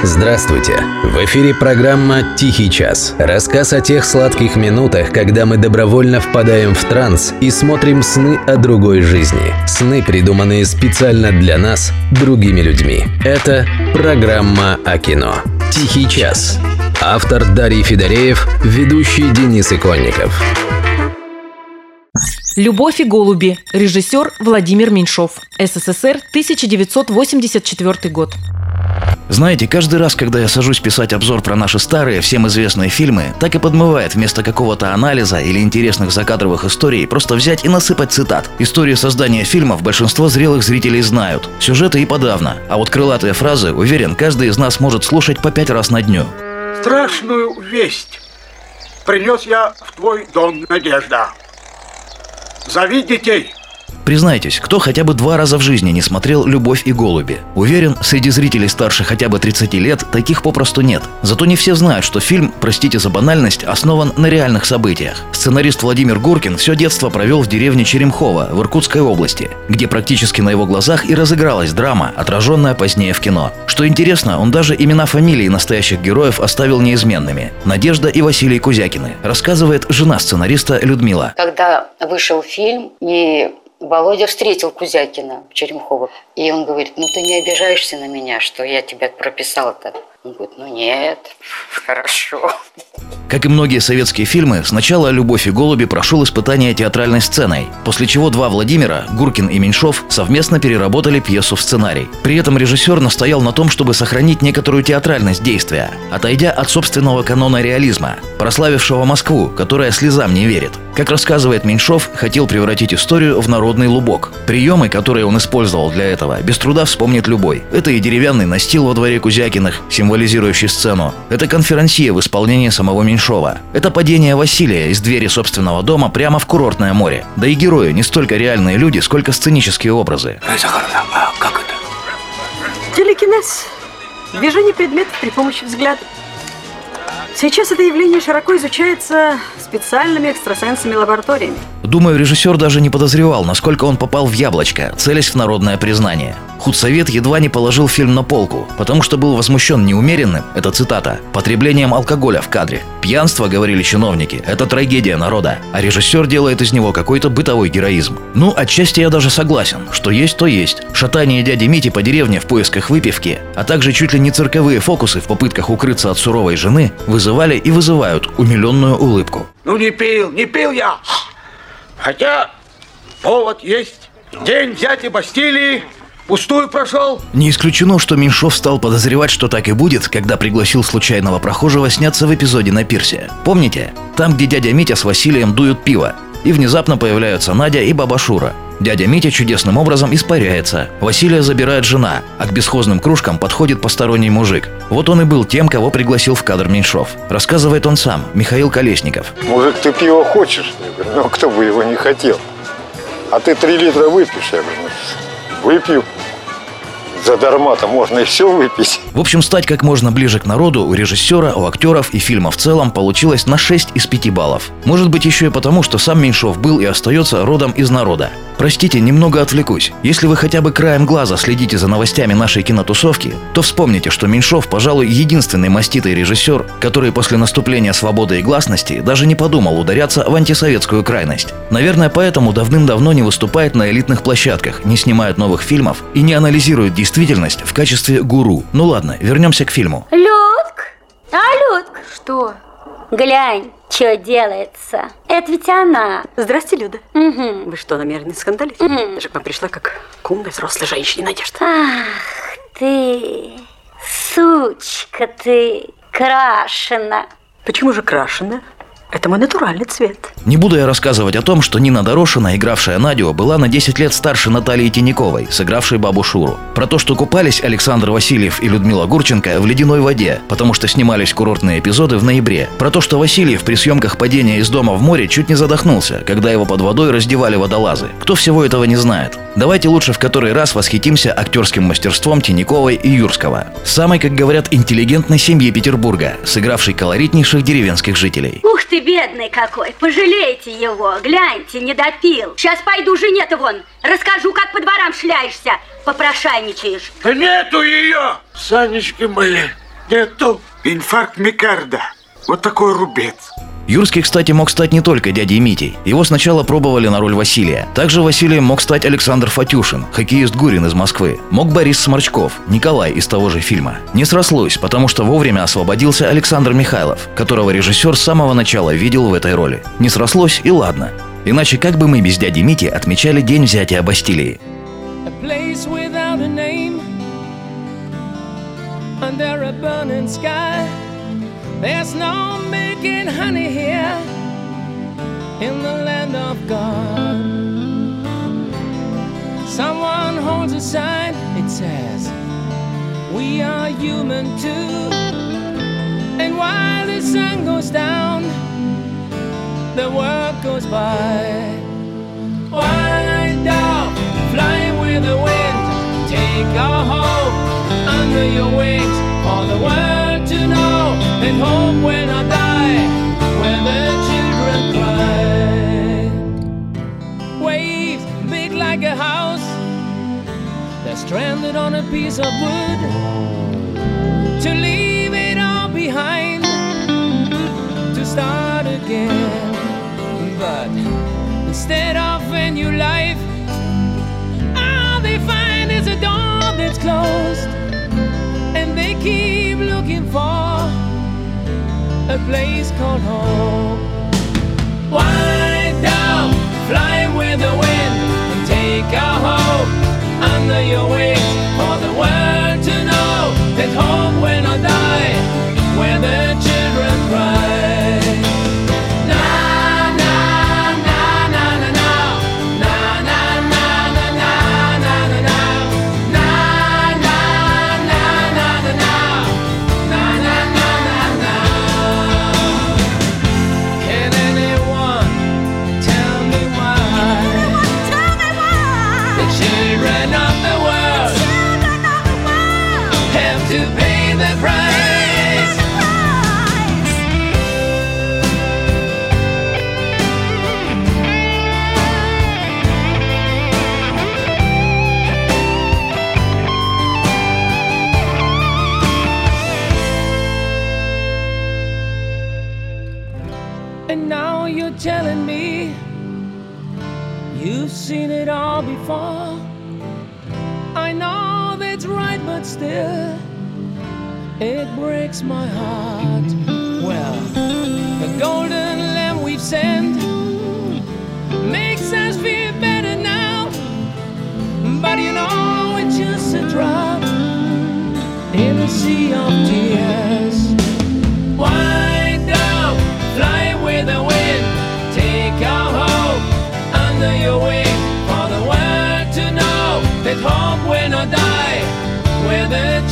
Здравствуйте! В эфире программа «Тихий час». Рассказ о тех сладких минутах, когда мы добровольно впадаем в транс и смотрим сны о другой жизни. Сны, придуманные специально для нас, другими людьми. Это программа о кино. «Тихий час». Автор Дарий Федореев, ведущий Денис Иконников. «Любовь и голуби». Режиссер Владимир Меньшов. СССР, 1984 год. Знаете, каждый раз, когда я сажусь писать обзор про наши старые, всем известные фильмы, так и подмывает вместо какого-то анализа или интересных закадровых историй просто взять и насыпать цитат. Историю создания фильмов большинство зрелых зрителей знают, сюжеты и подавно, а вот крылатые фразы, уверен, каждый из нас может слушать по 5 раз на дню. Страшную весть принес я в твой дом, Надежда. Зови детей. Признайтесь, кто хотя бы 2 раза в жизни не смотрел «Любовь и голуби»? Уверен, среди зрителей старше хотя бы 30 лет таких попросту нет. Зато не все знают, что фильм, простите за банальность, основан на реальных событиях. Сценарист Владимир Гуркин все детство провел в деревне Черемхово в Иркутской области, где практически на его глазах и разыгралась драма, отраженная позднее в кино. Что интересно, он даже имена фамилий настоящих героев оставил неизменными. Надежда и Василий Кузякины, рассказывает жена сценариста Людмила. Когда вышел фильм, и Володя встретил Кузякина в Черемхово. И он говорит: ну ты не обижаешься на меня, что я тебя прописал-то? Он говорит: ну нет, хорошо. Как и многие советские фильмы, сначала «Любовь и голуби» прошел испытание театральной сценой, после чего 2 Владимира, Гуркин и Меньшов, совместно переработали пьесу в сценарий. При этом режиссер настоял на том, чтобы сохранить некоторую театральность действия, отойдя от собственного канона реализма, прославившего Москву, которая слезам не верит. Как рассказывает Меньшов, хотел превратить историю в народный лубок. Приемы, которые он использовал для этого, без труда вспомнит любой. Это и деревянный настил во дворе Кузякиных, символизирующий сцену. Это конферансье в исполнении самого Меньшова. Это падение Василия из двери собственного дома прямо в курортное море. Да и герои не столько реальные люди, сколько сценические образы. Захаровна, а как это? Телекинез. Движение предметов при помощи взгляда. Сейчас это явление широко изучается специальными экстрасенсами лабораториями. Думаю, режиссер даже не подозревал, насколько он попал в яблочко, целясь в народное признание. Худсовет едва не положил фильм на полку, потому что был возмущен неумеренным, это цитата, потреблением алкоголя в кадре. Пьянство, говорили чиновники, это трагедия народа, а режиссер делает из него какой-то бытовой героизм. Ну, отчасти я даже согласен, что есть, то есть. Шатание дяди Мити по деревне в поисках выпивки, а также чуть ли не цирковые фокусы в попытках укрыться от суровой жены вызывали и вызывают умиленную улыбку. Ну не пил я. Хотя повод есть. День взятия Бастилии пустую прошел. Не исключено, что Меньшов стал подозревать, что так и будет, когда пригласил случайного прохожего сняться в эпизоде на пирсе. Помните? Там, где дядя Митя с Василием дуют пиво. И внезапно появляются Надя и баба Шура. Дядя Митя чудесным образом испаряется. Василия забирает жена, а к бесхозным кружкам подходит посторонний мужик. Вот он и был тем, кого пригласил в кадр Меньшов. Рассказывает он сам, Михаил Колесников. Мужик, ты пиво хочешь? Я говорю, ну кто бы его не хотел. А ты 3 литра выпьешь? Я говорю, ну, выпью. Задарма-то можно и все выпить. В общем, стать как можно ближе к народу у режиссера, у актеров и фильма в целом получилось на 6 из 5 баллов. Может быть, еще и потому, что сам Меньшов был и остается родом из народа. Простите, немного отвлекусь. Если вы хотя бы краем глаза следите за новостями нашей кинотусовки, то вспомните, что Меньшов, пожалуй, единственный маститый режиссер, который после наступления свободы и гласности даже не подумал ударяться в антисоветскую крайность. Наверное, поэтому давным-давно не выступает на элитных площадках, не снимает новых фильмов и не анализирует действительность в качестве гуру. Ну ладно, вернемся к фильму. Людк! Людк! Что? Глянь, что делается. Это ведь она. Здрасте, Люда. Угу. Вы что, намерены скандалить? Угу. Даже к вам пришла как к умной взрослой женщине, Надежда. Ах ты, сучка ты, крашена. Почему же крашеная? Это мой натуральный цвет. Не буду я рассказывать о том, что Нина Дорошина, игравшая Надю, была на 10 лет старше Натальи Тиняковой, сыгравшей бабу Шуру. Про то, что купались Александр Васильев и Людмила Гурченко в ледяной воде, потому что снимались курортные эпизоды в ноябре. Про то, что Васильев при съемках падения из дома в море чуть не задохнулся, когда его под водой раздевали водолазы. Кто всего этого не знает? Давайте лучше в который раз восхитимся актерским мастерством Тиняковой и Юрского. Самой, как говорят, интеллигентной семьи Петербурга, сыгравшей колоритнейших деревенских жителей. Ух ты, бедный какой, пожалейте его, гляньте, не допил. Сейчас пойду жене-то вон, расскажу, как по дворам шляешься, попрошайничаешь. Да нету ее, Санечки мои, Нету. Инфаркт миокарда. Вот такой рубец. Юрский, кстати, мог стать не только дядей Митей. Его сначала пробовали на роль Василия. Также Василием мог стать Александр Фатюшин, хоккеист Гурин из Москвы. Мог Борис Сморчков, Николай из того же фильма. Не срослось, потому что вовремя освободился Александр Михайлов, которого режиссер с самого начала видел в этой роли. Не срослось и ладно. Иначе как бы мы без дяди Мити отмечали день взятия Бастилии? There's no making honey here in the land of God. Someone holds a sign, it says, we are human too. And while the sun goes down, the world goes by. White dove, fly with the wind, take our hope under your wings for the world to know. And hope when I die, when the children cry. Waves big like a house, they're stranded on a piece of wood. To leave it all behind, to start again. But instead of a new life, all they find is a door that's closed. And they keep looking for a place called home. White dove, fly with the wind and take our hope under your wings for the world to know that hope when I die, where the children cry. Na na na na na na na na na na na na na na na na na. Can anyone tell me why the children of the world have to pay the price? And now you're telling me you've seen it all before. I know that's right, but still it breaks my heart. Well, the golden lamb we've sent makes us feel better now, but you know it's just a drop in a sea of tears. White dove, fly with the wind, take our hope under your wing for the world to know that hope when I die, where the